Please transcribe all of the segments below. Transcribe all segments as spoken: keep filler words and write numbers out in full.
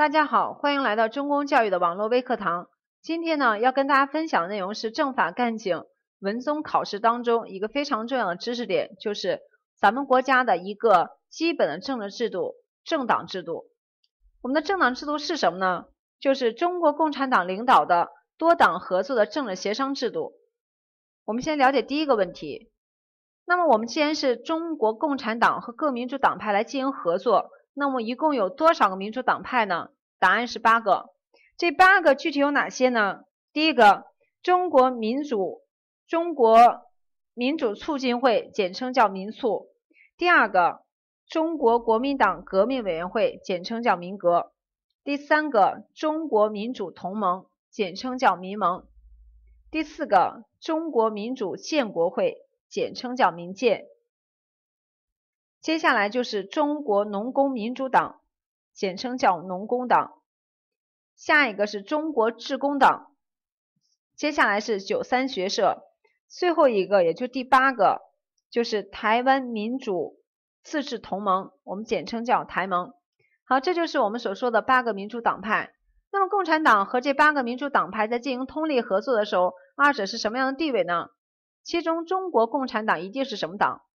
大家好，欢迎来到中公教育的网络微课堂。今天呢，要跟大家分享的内容是政法干警文综考试当中一个非常重要的知识点，就是咱们国家的一个基本的政治制度——政党制度。我们的政党制度是什么呢？就是中国共产党领导的多党合作的政治协商制度。我们先了解第一个问题。那么我们既然是中国共产党和各民主党派来进行合作，那么一共有多少个民主党派呢？答案是八个。这八个具体有哪些呢？第一个，中国民主中国民主促进会，简称叫民促。第二个，中国国民党革命委员会，简称叫民革。第三个，中国民主同盟，简称叫民盟。第四个，中国民主建国会，简称叫民建。接下来就是中国农工民主党，简称叫农工党。下一个是中国致公党，接下来是九三学社，最后一个也就第八个就是台湾民主自治同盟，我们简称叫台盟。好，这就是我们所说的八个民主党派。那么共产党和这八个民主党派在进行通力合作的时候，二者是什么样的地位呢？其中中国共产党一定是什么党？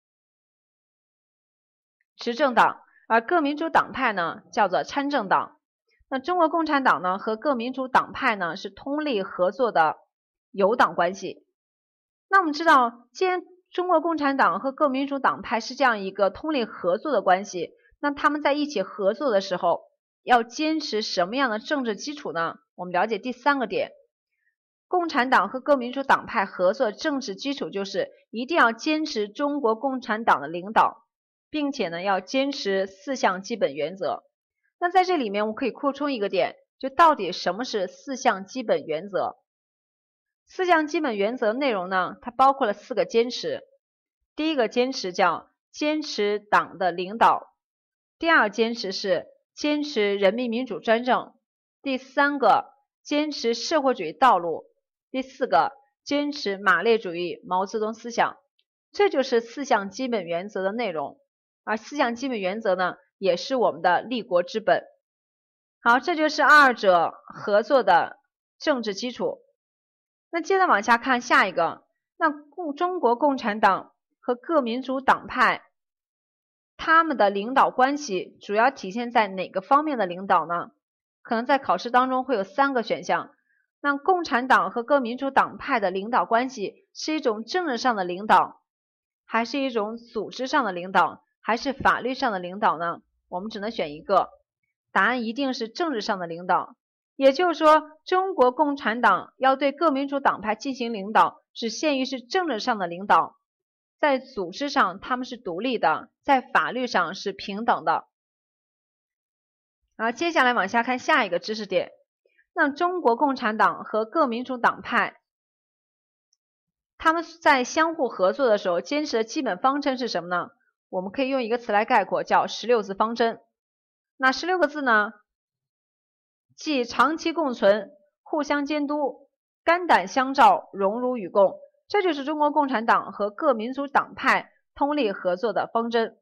执政党，而各民主党派呢叫做参政党。那中国共产党呢和各民主党派呢是通力合作的友党关系。那我们知道，既然中国共产党和各民主党派是这样一个通力合作的关系，那他们在一起合作的时候要坚持什么样的政治基础呢？我们了解第三个点，共产党和各民主党派合作政治基础就是一定要坚持中国共产党的领导，并且呢要坚持四项基本原则。那在这里面我们可以扩充一个点，就到底什么是四项基本原则？四项基本原则内容呢，它包括了四个坚持。第一个坚持叫坚持党的领导，第二坚持是坚持人民民主专政，第三个坚持社会主义道路，第四个坚持马列主义毛泽东思想。这就是四项基本原则的内容，而四项基本原则呢也是我们的立国之本。好，这就是二者合作的政治基础。那接着往下看下一个，那中国共产党和各民主党派他们的领导关系主要体现在哪个方面的领导呢？可能在考试当中会有三个选项。那共产党和各民主党派的领导关系是一种政治上的领导，还是一种组织上的领导，还是法律上的领导呢？我们只能选一个，答案一定是政治上的领导。也就是说，中国共产党要对各民主党派进行领导，只限于是政治上的领导，在组织上他们是独立的，在法律上是平等的。好，接下来往下看下一个知识点。那中国共产党和各民主党派他们在相互合作的时候坚持的基本方针是什么呢？我们可以用一个词来概括，叫十六字方针。那十六个字呢，即长期共存、互相监督、肝胆相照、荣辱与共。这就是中国共产党和各民主党派通力合作的方针。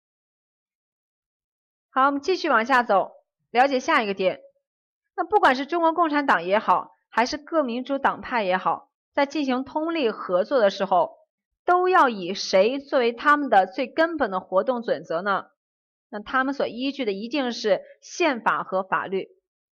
好，我们继续往下走，了解下一个点。那不管是中国共产党也好，还是各民主党派也好，在进行通力合作的时候，都要以谁作为他们的最根本的活动准则呢？那他们所依据的一定是宪法和法律。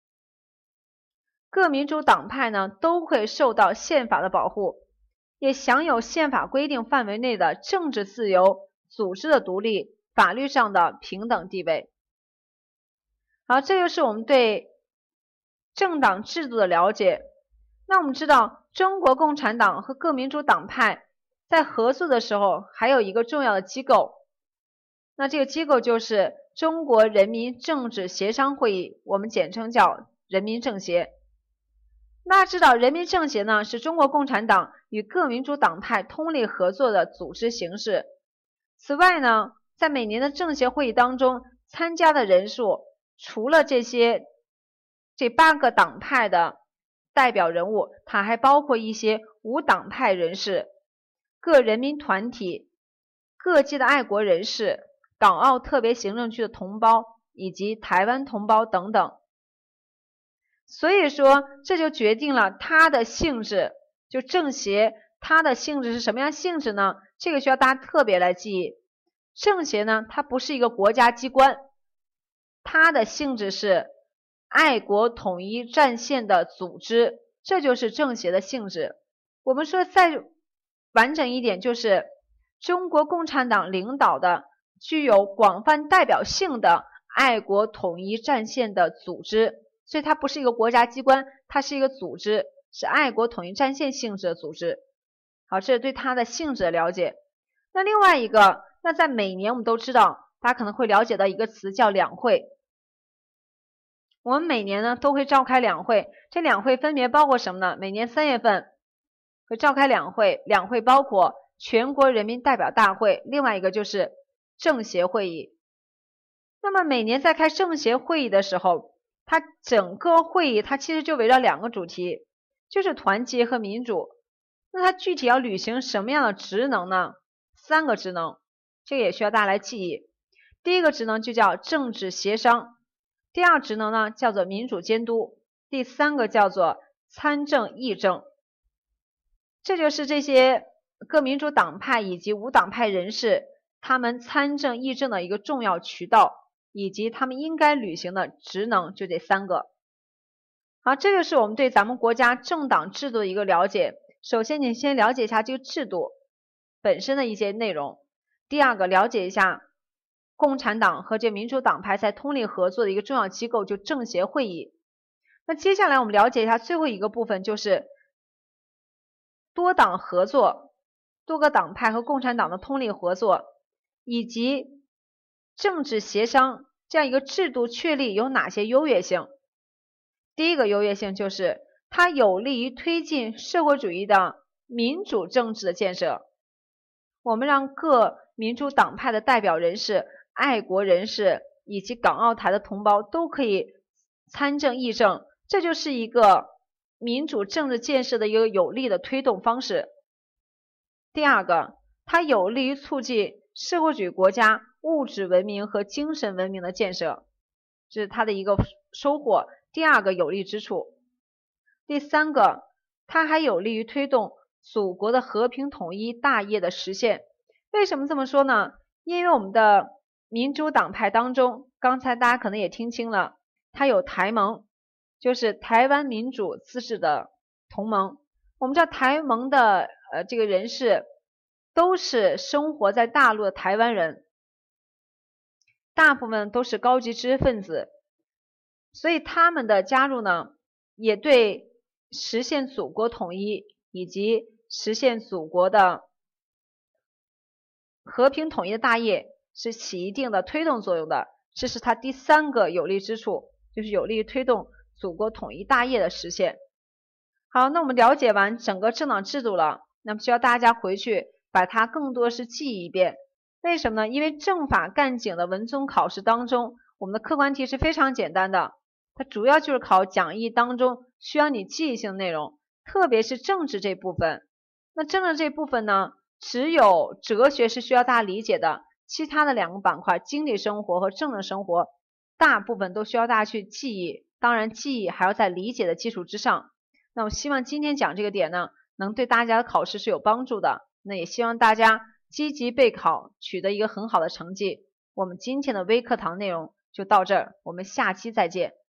各民主党派呢都会受到宪法的保护，也享有宪法规定范围内的政治自由、组织的独立、法律上的平等地位。好，这就是我们对政党制度的了解。那我们知道，中国共产党和各民主党派在合作的时候还有一个重要的机构，那这个机构就是中国人民政治协商会议，我们简称叫人民政协。大家知道，人民政协呢是中国共产党与各民主党派通力合作的组织形式。此外呢，在每年的政协会议当中，参加的人数除了这些这八个党派的代表人物，它还包括一些无党派人士、各人民团体、各界的爱国人士、港澳特别行政区的同胞以及台湾同胞等等。 所以说这就决定了它的性质，就政协它的性质是什么样性质呢？这个需要大家特别来记忆。政协呢，它不是一个国家机关，它的性质是爱国统一战线的组织，这就是政协的性质。我们说再完整一点，就是中国共产党领导的具有广泛代表性的爱国统一战线的组织，所以它不是一个国家机关，它是一个组织，是爱国统一战线性质的组织。好，这是对它的性质的了解。那另外一个，那在每年我们都知道，大家可能会了解到一个词叫两会。我们每年呢都会召开两会，这两会分别包括什么呢？每年三月份会召开两会，两会包括全国人民代表大会，另外一个就是政协会议。那么每年在开政协会议的时候，它整个会议它其实就围绕两个主题，就是团结和民主。那它具体要履行什么样的职能呢？三个职能，这个也需要大家来记忆。第一个职能就叫政治协商，第二职能呢叫做民主监督，第三个叫做参政议政。这就是这些各民主党派以及无党派人士他们参政议政的一个重要渠道，以及他们应该履行的职能，就这三个。好，这就是我们对咱们国家政党制度的一个了解。首先你先了解一下这个制度本身的一些内容，第二个了解一下共产党和这民主党派在通力合作的一个重要机构，就政协会议。那接下来我们了解一下最后一个部分，就是多党合作，多个党派和共产党的通力合作，以及政治协商这样一个制度确立有哪些优越性。第一个优越性就是它有利于推进社会主义的民主政治的建设。我们让各民主党派的代表人士、爱国人士以及港澳台的同胞都可以参政议政，这就是一个民主政治建设的一个有力的推动方式。第二个，它有利于促进社会主义国家物质文明和精神文明的建设，这是它的一个收获，第二个有利之处。第三个，它还有利于推动祖国的和平统一大业的实现。为什么这么说呢？因为我们的民主党派当中，刚才大家可能也听清了，它有台盟，就是台湾民主自治的同盟。我们知道台盟的呃这个人士都是生活在大陆的台湾人，大部分都是高级知识分子，所以他们的加入呢，也对实现祖国统一以及实现祖国的和平统一的大业是起一定的推动作用的。这是它第三个有利之处，就是有利于推动祖国统一大业的实现。好，那我们了解完整个政党制度了，那么需要大家回去把它更多是记忆一遍。为什么呢？因为政法干警的文综考试当中，我们的客观题是非常简单的，它主要就是考讲义当中需要你记忆性的内容，特别是政治这部分。那政治这部分呢，只有哲学是需要大家理解的，其他的两个板块，经济生活和政治生活，大部分都需要大家去记忆，当然记忆还要在理解的基础之上。那我希望今天讲这个点呢，能对大家的考试是有帮助的。那也希望大家积极备考，取得一个很好的成绩。我们今天的微课堂内容就到这儿，我们下期再见。